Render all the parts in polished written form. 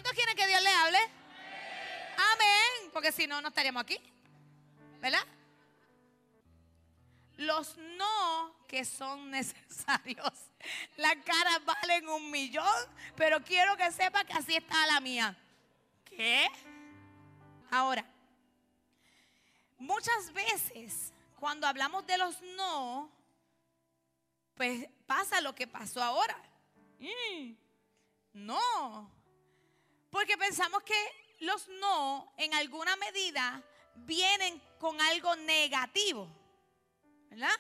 ¿Cuántos quieren que Dios les hable? Amén. Porque si no, no estaríamos aquí, ¿verdad? Los no que son necesarios. Las caras valen 1,000,000, pero quiero que sepa que así está la mía. ¿Qué? Ahora, muchas veces cuando hablamos de los no, pues pasa lo que pasó ahora. No. Porque pensamos que los no en alguna medida vienen con algo negativo, ¿verdad?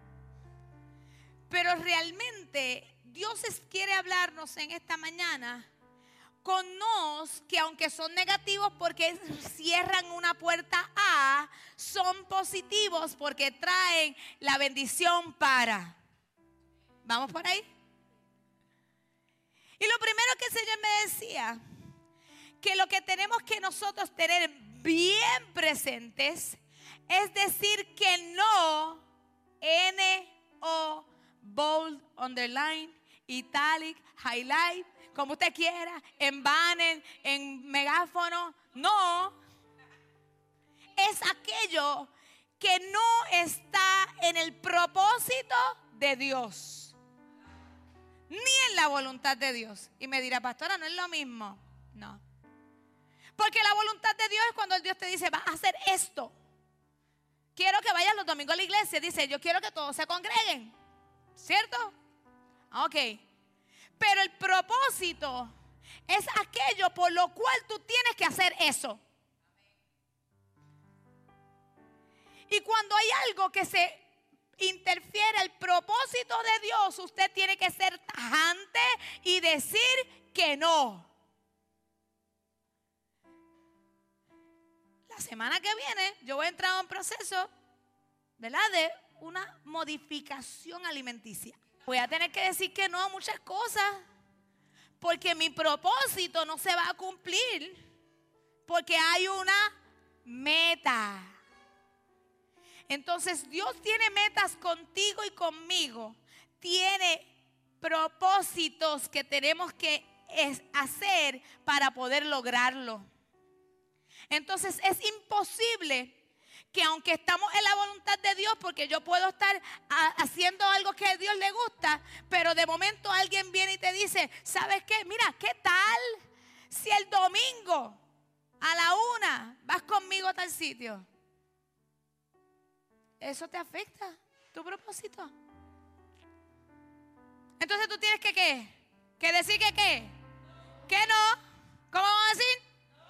Pero realmente Dios quiere hablarnos en esta mañana con nos que aunque son negativos porque cierran una puerta a, son positivos porque traen la bendición para. ¿Vamos por ahí? Y lo primero que el Señor me decía, que lo que tenemos que nosotros tener bien presentes es decir que no, N-O, bold, underline, italic, highlight, como usted quiera, en banner, en megáfono. No, es aquello que no está en el propósito de Dios, ni en la voluntad de Dios. Y me dirá, pastora, ¿no es lo mismo? No. Porque la voluntad de Dios es cuando el Dios te dice, vas a hacer esto. Quiero que vayas los domingos a la iglesia. Dice, yo quiero que todos se congreguen. ¿Cierto? Ok. Pero el propósito es aquello por lo cual tú tienes que hacer eso. Y cuando hay algo que se interfiere el propósito de Dios, usted tiene que ser tajante y decir que no. La semana que viene yo voy a entrar a un proceso, ¿verdad?, de una modificación alimenticia. Voy a tener que decir que no a muchas cosas porque mi propósito no se va a cumplir porque hay una meta. Entonces Dios tiene metas contigo y conmigo. Tiene propósitos que tenemos que hacer para poder lograrlo. Entonces es imposible que aunque estamos en la voluntad de Dios, porque yo puedo estar haciendo algo que a Dios le gusta, pero de momento alguien viene y te dice, ¿sabes qué? Mira, ¿qué tal si el domingo a la 1 vas conmigo a tal sitio? Eso te afecta tu propósito. Entonces tú tienes que ¿qué? Que decir que ¿qué? Que no. ¿Cómo vamos a decir?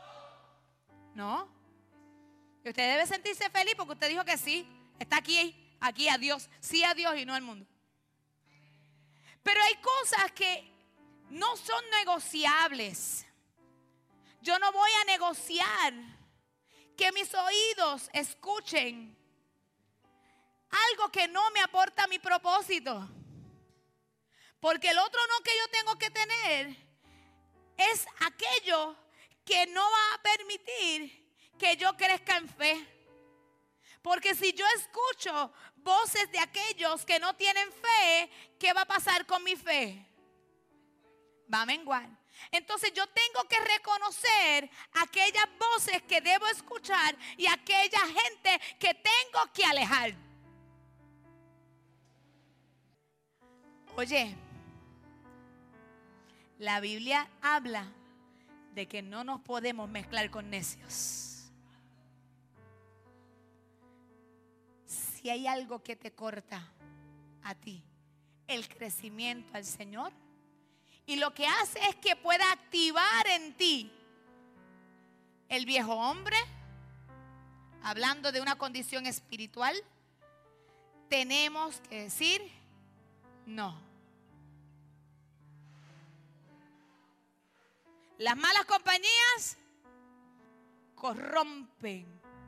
No. Y usted debe sentirse feliz porque usted dijo que sí. Está aquí a Dios. Sí a Dios y no al mundo. Pero hay cosas que no son negociables. Yo no voy a negociar que mis oídos escuchen algo que no me aporta a mi propósito. Porque el otro no que yo tengo que tener es aquello que no va a permitir que yo crezca en fe. Porque si yo escucho voces de aquellos que no tienen fe, ¿qué va a pasar con mi fe? Va a menguar. Entonces yo tengo que reconocer aquellas voces que debo escuchar y aquella gente que tengo que alejar. Oye, la Biblia habla de que no nos podemos mezclar con necios. Si hay algo que te corta a ti el crecimiento al Señor, y lo que hace es que pueda activar en ti el viejo hombre, hablando de una condición espiritual, tenemos que decir no. Las malas compañías corrompen.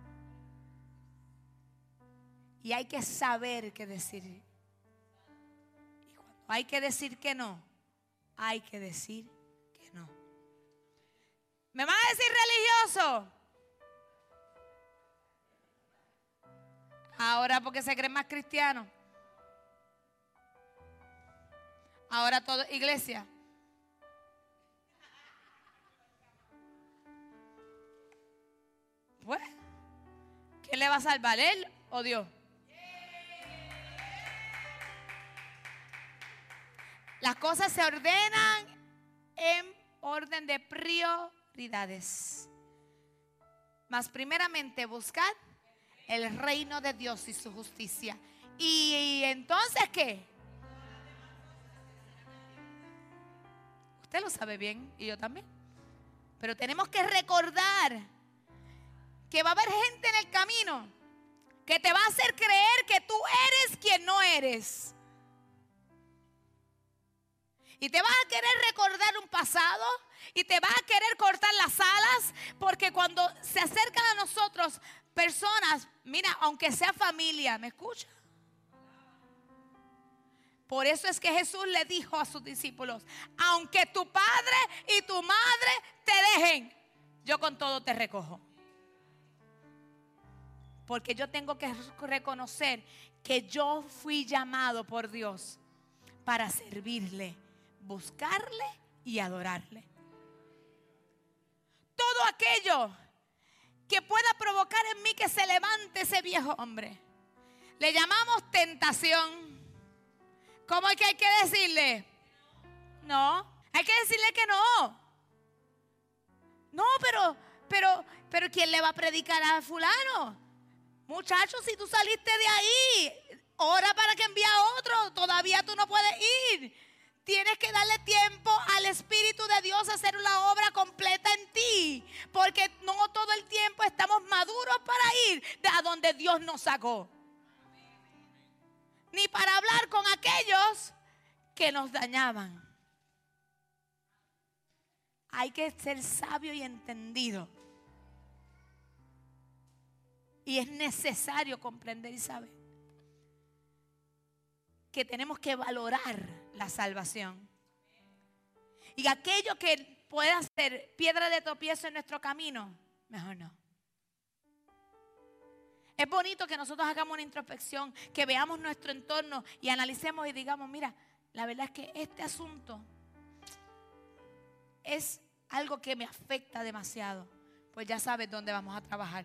Y hay que saber qué decir. Y cuando hay que decir que no, hay que decir que no. ¿Me van a decir religioso? Ahora porque se creen más cristianos. Ahora todo iglesia. le va a salvar? ¿Él o Dios? Las cosas se ordenan en orden de prioridades. Mas primeramente buscad el reino de Dios y su justicia. ¿Y entonces qué? Usted lo sabe bien y yo también. Pero tenemos que recordar que va a haber gente en el camino que te va a hacer creer que tú eres quien no eres. Y te vas a querer recordar un pasado y te vas a querer cortar las alas, porque cuando se acercan a nosotros personas, mira, aunque sea familia, ¿me escucha? Por eso es que Jesús le dijo a sus discípulos: aunque tu padre y tu madre te dejen, yo con todo te recojo. Porque yo tengo que reconocer que yo fui llamado por Dios para servirle, buscarle y adorarle. Todo aquello que pueda provocar en mí que se levante ese viejo hombre, le llamamos tentación. ¿Cómo es que hay que decirle? No, hay que decirle que no. No, pero ¿quién le va a predicar a fulano? Muchachos, si tú saliste de ahí, ora para que envíe a otro. Todavía tú no puedes ir. Tienes que darle tiempo al Espíritu de Dios a hacer la obra completa en ti. Porque no todo el tiempo estamos maduros para ir a donde Dios nos sacó. Ni para hablar con aquellos que nos dañaban. Hay que ser sabio y entendido. Y es necesario comprender y saber que tenemos que valorar la salvación. Y aquello que pueda ser piedra de tropiezo en nuestro camino, mejor no. Es bonito que nosotros hagamos una introspección, que veamos nuestro entorno y analicemos y digamos: mira, la verdad es que este asunto es algo que me afecta demasiado. Pues ya sabes dónde vamos a trabajar.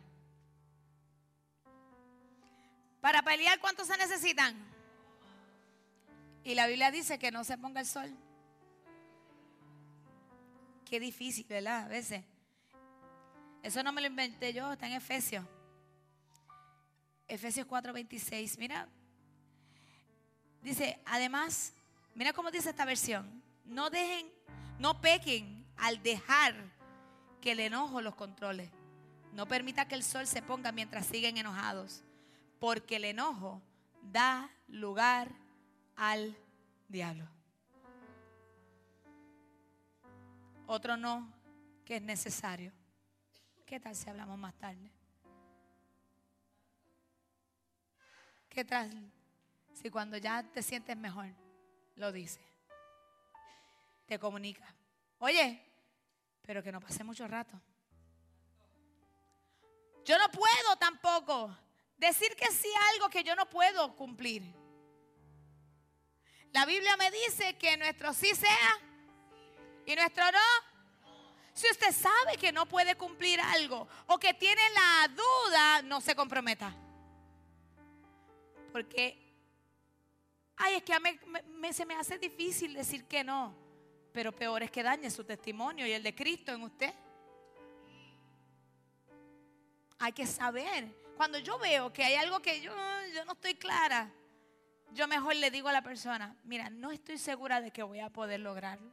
Para pelear, ¿cuántos se necesitan? Y la Biblia dice que no se ponga el sol. Qué difícil, ¿verdad? A veces. Eso no me lo inventé yo, está en Efesios. Efesios 4:26. Mira. Dice, además, mira cómo dice esta versión: no pequen al dejar que el enojo los controle. No permita que el sol se ponga mientras siguen enojados, porque el enojo da lugar al diablo. Otro no que es necesario. ¿Qué tal si hablamos más tarde? ¿Qué tal si cuando ya te sientes mejor lo dices? Te comunica: oye, pero que no pase mucho rato. Yo no puedo tampoco decir que sí a algo que yo no puedo cumplir. La Biblia me dice que nuestro sí sea y nuestro no. Si usted sabe que no puede cumplir algo o que tiene la duda, no se comprometa. Porque, es que se me hace difícil decir que no. Pero peor es que dañe su testimonio y el de Cristo en usted. Hay que saber. Cuando yo veo que hay algo que yo no estoy clara, yo mejor le digo a la persona: mira, no estoy segura de que voy a poder lograrlo.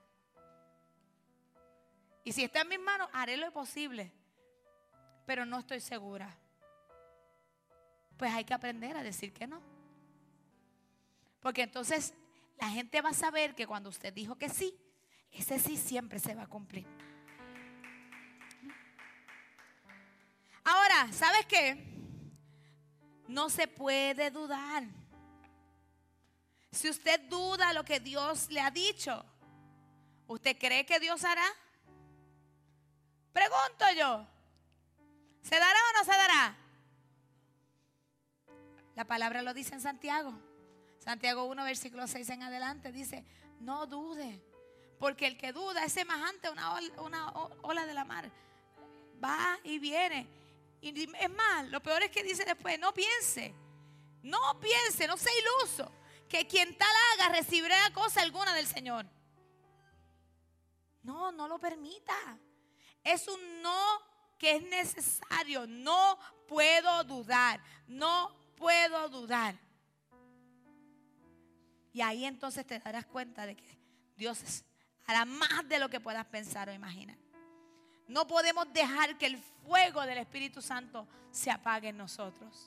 Y si está en mis manos, haré lo posible, pero no estoy segura. Pues hay que aprender a decir que no. Porque entonces la gente va a saber que cuando usted dijo que sí, ese sí siempre se va a cumplir. Ahora, ¿sabes qué? No se puede dudar. Si usted duda lo que Dios le ha dicho, ¿usted cree que Dios hará? Pregunto yo: ¿se dará o no se dará? La palabra lo dice en Santiago. Santiago 1, versículo 6 en adelante dice: no dude, porque el que duda es semejante a una ola de la mar. Va y viene. Y es más, lo peor es que dice después, no piense, no sea iluso, que quien tal haga recibirá cosa alguna del Señor. No lo permita. Es un no que es necesario. No puedo dudar. Y ahí entonces te darás cuenta de que Dios hará más de lo que puedas pensar o imaginar. No podemos dejar que el fuego del Espíritu Santo se apague en nosotros.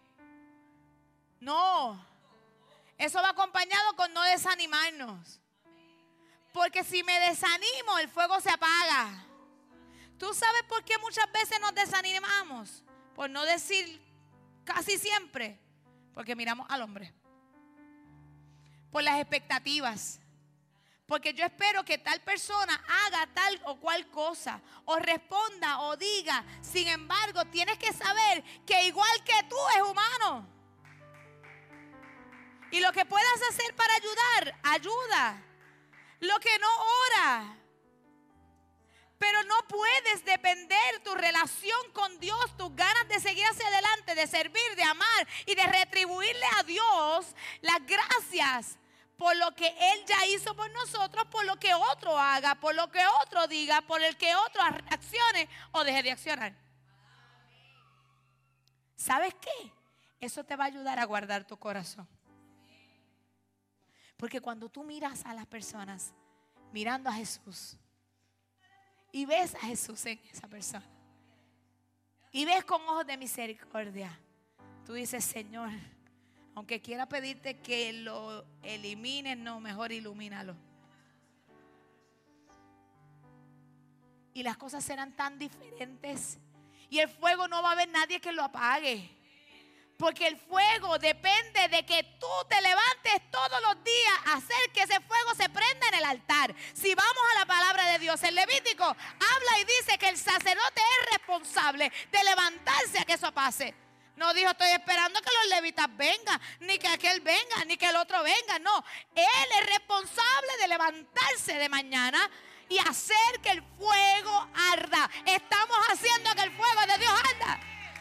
No. Eso va acompañado con no desanimarnos. Porque si me desanimo, el fuego se apaga. ¿Tú sabes por qué muchas veces nos desanimamos? Por no decir casi siempre. Porque miramos al hombre. Por las expectativas. Porque yo espero que tal persona haga tal o cual cosa, o responda o diga. Sin embargo, tienes que saber que igual que tú es humano. Y lo que puedas hacer para ayudar, ayuda. Lo que no, ora. Pero no puedes depender tu relación con Dios, tus ganas de seguir hacia adelante, de servir, de amar y de retribuirle a Dios las gracias por lo que Él ya hizo por nosotros, por lo que otro haga, por lo que otro diga, por el que otro reaccione o deje de accionar. ¿Sabes qué? Eso te va a ayudar a guardar tu corazón. Porque cuando tú miras a las personas mirando a Jesús y ves a Jesús en esa persona y ves con ojos de misericordia, tú dices, Señor, aunque quiera pedirte que lo elimines, no, mejor ilumínalo. Y las cosas serán tan diferentes y el fuego no va a haber nadie que lo apague. Porque el fuego depende de que tú te levantes todos los días a hacer que ese fuego se prenda en el altar. Si vamos a la palabra de Dios, el Levítico habla y dice que el sacerdote es responsable de levantarse a que eso pase. No dijo, estoy esperando que los levitas vengan, ni que aquel venga, ni que el otro venga. No, él es responsable de levantarse de mañana y hacer que el fuego arda. Estamos haciendo que el fuego de Dios arda.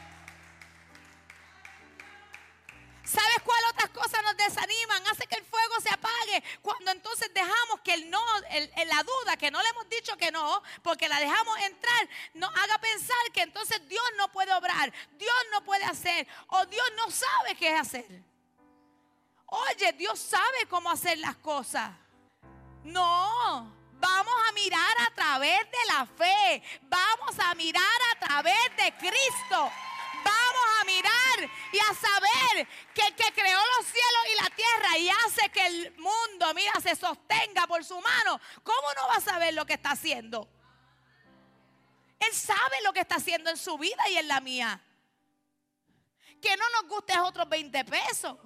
¿Sabes cuál otras cosas nos desaniman? Hace que el fuego se apague. Cuando entonces dejamos que el no, la duda, que no le hemos dicho que no, porque la dejamos entrar, nos haga pensar que entonces Dios no puede obrar, Dios no puede hacer, o Dios no sabe qué hacer. Oye, Dios sabe cómo hacer las cosas. No, vamos a mirar a través de la fe. Vamos a mirar a través de Cristo. Vamos a mirar y a saber que el que creó los cielos y la tierra y hace que el mundo, mira, se sostenga por su mano, ¿cómo no va a saber lo que está haciendo? Él sabe lo que está haciendo en su vida y en la mía. Que no nos guste otros 20 pesos.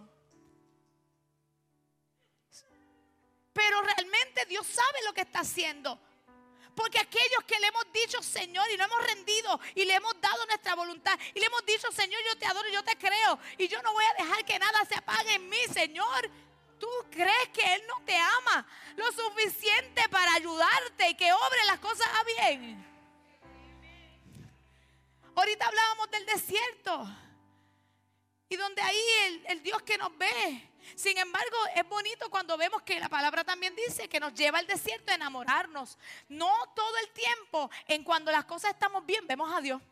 Pero realmente Dios sabe lo que está haciendo. Porque aquellos que le hemos dicho, Señor, y no hemos rendido y le hemos dado nuestra voluntad y le hemos dicho, Señor, yo te adoro, yo te creo y yo no voy a dejar que nada se apague en mí, Señor. ¿Tú crees que Él no te ama lo suficiente para ayudarte y que obre las cosas a bien? Ahorita hablábamos del desierto y donde ahí el Dios que nos ve. Sin embargo, es bonito cuando vemos que la palabra también dice que nos lleva al desierto a enamorarnos. No todo el tiempo, en cuando las cosas estamos bien, vemos a Dios.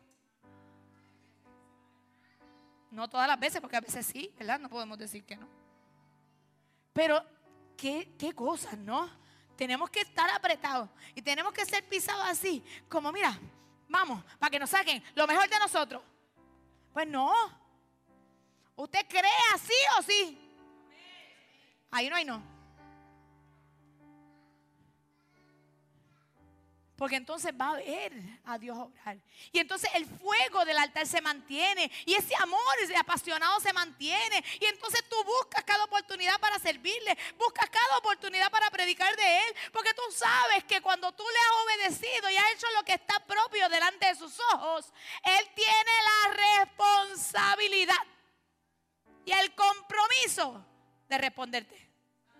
No todas las veces, porque a veces sí, ¿verdad? No podemos decir que no. Pero, ¿qué cosas, no? Tenemos que estar apretados y tenemos que ser pisados así, como mira, vamos, para que nos saquen lo mejor de nosotros. Pues no. ¿Usted cree así o sí? Ahí no hay no. Porque entonces va a ver a Dios obrar. Y entonces el fuego del altar se mantiene. Y ese amor apasionado se mantiene. Y entonces tú buscas cada oportunidad para servirle. Buscas cada oportunidad para predicar de Él. Porque tú sabes que cuando tú le has obedecido y has hecho lo que está propio delante de sus ojos, Él tiene la responsabilidad y el compromiso de responderte.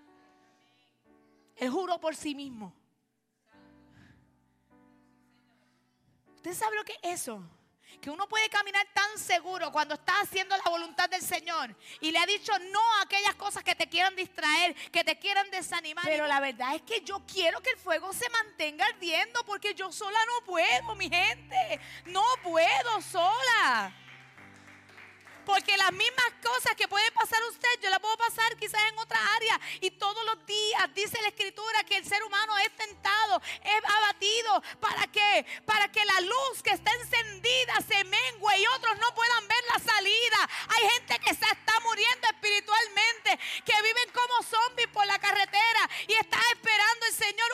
Él juró por sí mismo. ¿Usted sabe lo que es eso? Que uno puede caminar tan seguro cuando está haciendo la voluntad del Señor. Y le ha dicho no a aquellas cosas que te quieran distraer, que te quieran desanimar. Pero la verdad es que yo quiero que el fuego se mantenga ardiendo, porque yo sola no puedo, mi gente. No puedo sola. Porque las mismas cosas que puede pasar usted, yo las puedo pasar quizás en otra área. Y todos los días dice la Escritura que el ser humano es tentado, es abatido. ¿Para qué? Para que la luz que está encendida se mengue y otros no puedan ver la salida. Hay gente que se está muriendo espiritualmente, que viven como zombies por la carretera y está esperando el Señor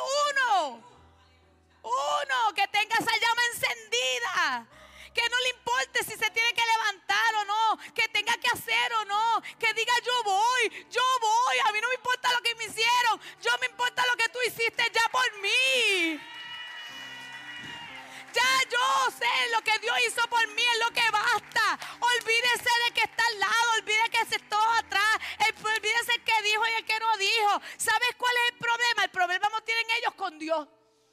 uno que tenga esa llama encendida. Que no le importe si se tiene que levantar o no, que tenga que hacer o no, que diga yo voy, a mí no me importa lo que me hicieron, yo me importa lo que tú hiciste ya por mí. Ya yo sé lo que Dios hizo por mí, es lo que basta. Olvídese de que está al lado, olvídese que se estuvo atrás, olvídese el que dijo y el que no dijo. ¿Sabes cuál es el problema? El problema lo tienen ellos con Dios.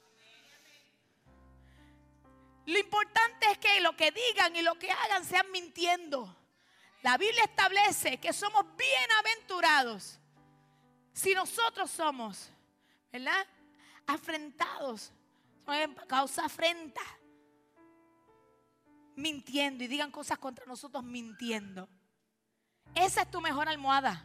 Lo importante es que lo que digan y lo que hagan sean mintiendo. La Biblia establece que somos bienaventurados si nosotros somos, ¿verdad?, afrentados, causa afrenta, mintiendo, y digan cosas contra nosotros mintiendo. Esa es tu mejor almohada.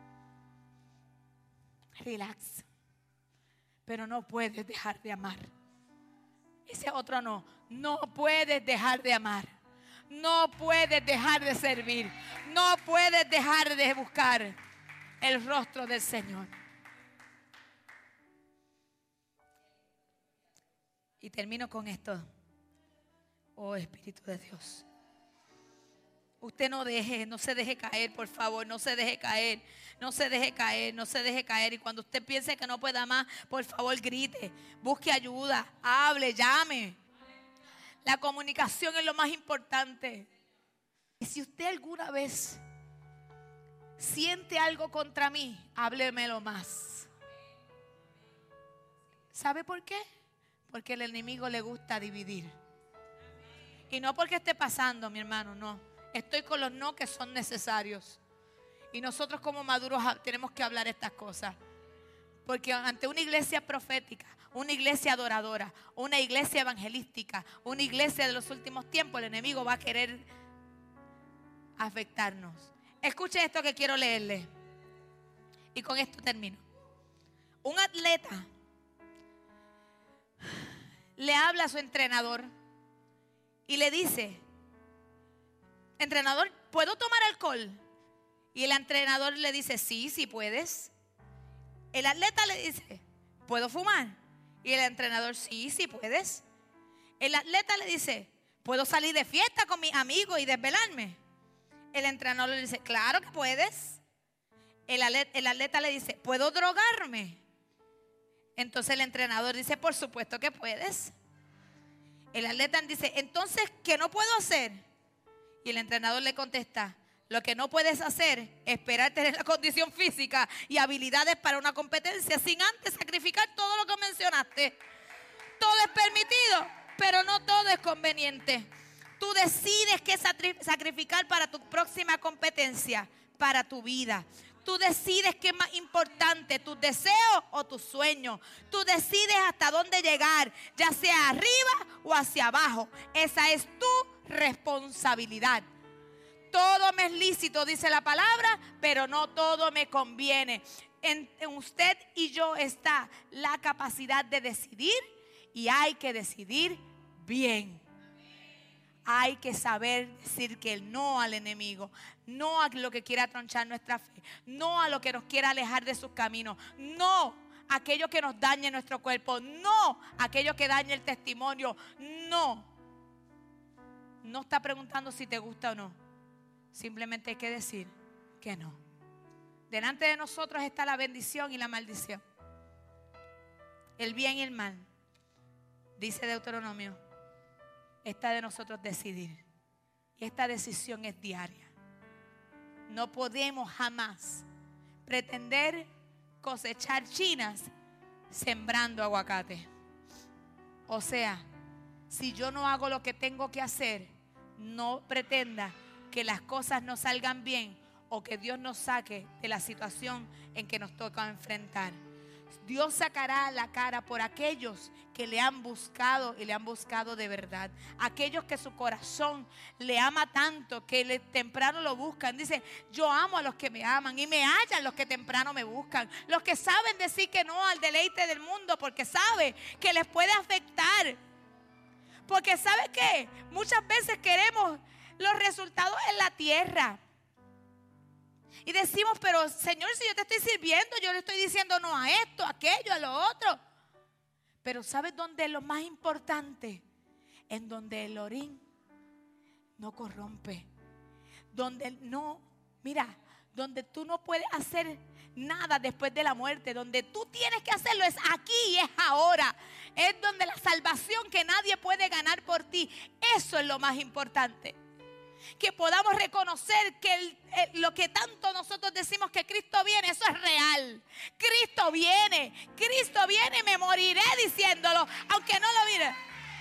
Relax. Pero no puedes dejar de amar. Ese otro no puedes dejar de amar. No puedes dejar de servir. No puedes dejar de buscar el rostro del Señor. Y termino con esto. Oh Espíritu de Dios. Usted no se deje caer, por favor, no se deje caer. No se deje caer. Y cuando usted piense que no pueda más, por favor grite, busque ayuda, hable, llame. La comunicación es lo más importante. Y si usted alguna vez siente algo contra mí, háblemelo más. ¿Sabe por qué? Porque el enemigo le gusta dividir. Y no porque esté pasando, mi hermano, no. Estoy con los no que son necesarios. Y nosotros como maduros tenemos que hablar estas cosas. Porque ante una iglesia profética, una iglesia adoradora, una iglesia evangelística, una iglesia de los últimos tiempos, el enemigo va a querer afectarnos. Escuche esto que quiero leerle. Y con esto termino. Un atleta le habla a su entrenador y le dice: entrenador, ¿puedo tomar alcohol? Y el entrenador le dice: sí puedes. El atleta le dice: ¿puedo fumar? Y el entrenador: sí puedes. El atleta le dice: ¿puedo salir de fiesta con mis amigos y desvelarme? El entrenador le dice: claro que puedes. El atleta le dice: ¿puedo drogarme? Entonces el entrenador dice: por supuesto que puedes. El atleta dice: entonces, ¿qué no puedo hacer? Y el entrenador le contesta: lo que no puedes hacer es esperar tener la condición física y habilidades para una competencia sin antes sacrificar todo lo que mencionaste. Todo es permitido, pero no todo es conveniente. Tú decides qué sacrificar para tu próxima competencia, para tu vida. Tú decides qué es más importante, tus deseos o tus sueños. Tú decides hasta dónde llegar, ya sea arriba o hacia abajo. Esa es tu responsabilidad. Todo me es lícito, dice la palabra, pero no todo me conviene. En usted y yo está la capacidad de decidir, y hay que decidir bien. Hay que saber decir que el no al enemigo, no a lo que quiera tronchar nuestra fe, no a lo que nos quiera alejar de sus caminos, no a aquello que nos dañe nuestro cuerpo, no a aquello que dañe el testimonio, no. No está preguntando si te gusta o no. Simplemente hay que decir que no. Delante de nosotros está la bendición y la maldición, el bien y el mal. Dice Deuteronomio: está de nosotros decidir. Y esta decisión es diaria. No podemos jamás pretender cosechar chinas sembrando aguacate. O sea, si yo no hago lo que tengo que hacer, no pretenda que las cosas no salgan bien o que Dios nos saque de la situación en que nos toca enfrentar. Dios sacará la cara por aquellos que le han buscado y le han buscado de verdad. Aquellos que su corazón le ama tanto que temprano lo buscan. Dice, yo amo a los que me aman y me hallan los que temprano me buscan. Los que saben decir que no al deleite del mundo porque sabe que les puede afectar. Porque ¿sabe qué? Muchas veces queremos los resultados en la tierra. Y decimos, pero Señor, si yo te estoy sirviendo, yo le estoy diciendo no a esto, a aquello, a lo otro. Pero ¿sabes dónde es lo más importante? En donde el orín no corrompe. Donde no, mira, donde tú no puedes hacer nada después de la muerte. Donde tú tienes que hacerlo es aquí y es ahora. Es donde la salvación que nadie puede ganar por ti. Eso es lo más importante. Que podamos reconocer que lo que tanto nosotros decimos que Cristo viene, eso es real. Cristo viene y me moriré diciéndolo, aunque no lo mire.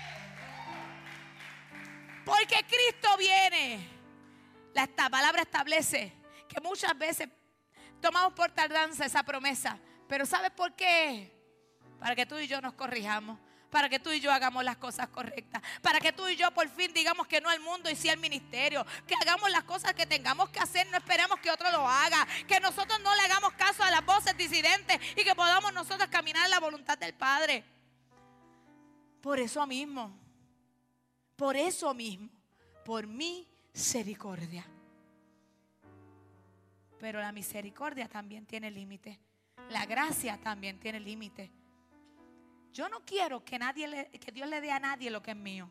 Porque Cristo viene. Esta palabra establece que muchas veces tomamos por tardanza esa promesa. Pero ¿sabes por qué? Para que tú y yo nos corrijamos. Para que tú y yo hagamos las cosas correctas. Para que tú y yo por fin digamos que no al mundo y sí al ministerio. Que hagamos las cosas que tengamos que hacer. No esperemos que otro lo haga. Que nosotros no le hagamos caso a las voces disidentes. Y que podamos nosotros caminar en la voluntad del Padre. Por eso mismo. Por eso mismo. Por misericordia. Pero la misericordia también tiene límite. La gracia también tiene límite. Yo no quiero que Dios le dé a nadie lo que es mío.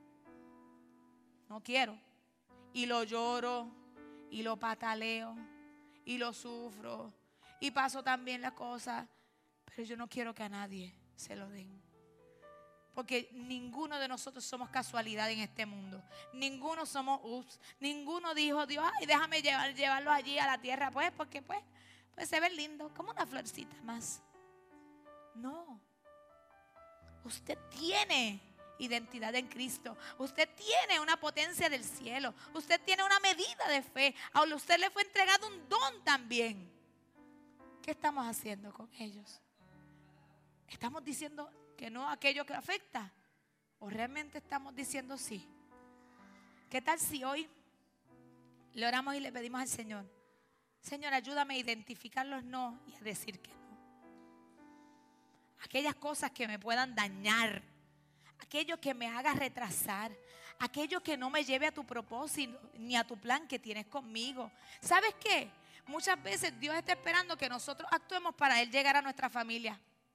No quiero. Y lo lloro, y lo pataleo, y lo sufro, y paso también las cosas. Pero yo no quiero que a nadie se lo den. Porque ninguno de nosotros somos casualidad en este mundo. Ninguno somos Ninguno dijo, Dios, ay, déjame llevarlos allí a la tierra. Pues, porque pues se ven lindos, como una florcita más. No. Usted tiene identidad en Cristo. Usted tiene una potencia del cielo. Usted tiene una medida de fe. A usted le fue entregado un don también. ¿Qué estamos haciendo con ellos? ¿Estamos diciendo que no a aquello que afecta? ¿O realmente estamos diciendo sí? ¿Qué tal si hoy le oramos y le pedimos al Señor? Señor, ayúdame a identificar los no y a decir que no. Aquellas cosas que me puedan dañar, aquello que me haga retrasar, aquello que no me lleve a tu propósito ni a tu plan que tienes conmigo. ¿Sabes qué? Muchas veces Dios está esperando que nosotros actuemos para Él llegar a nuestra familia.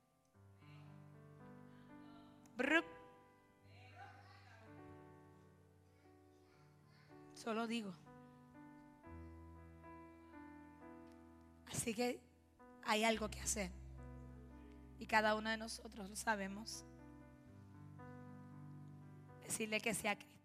Solo digo. Así que hay algo que hacer. Y cada uno de nosotros lo sabemos. Decirle que sea Cristo.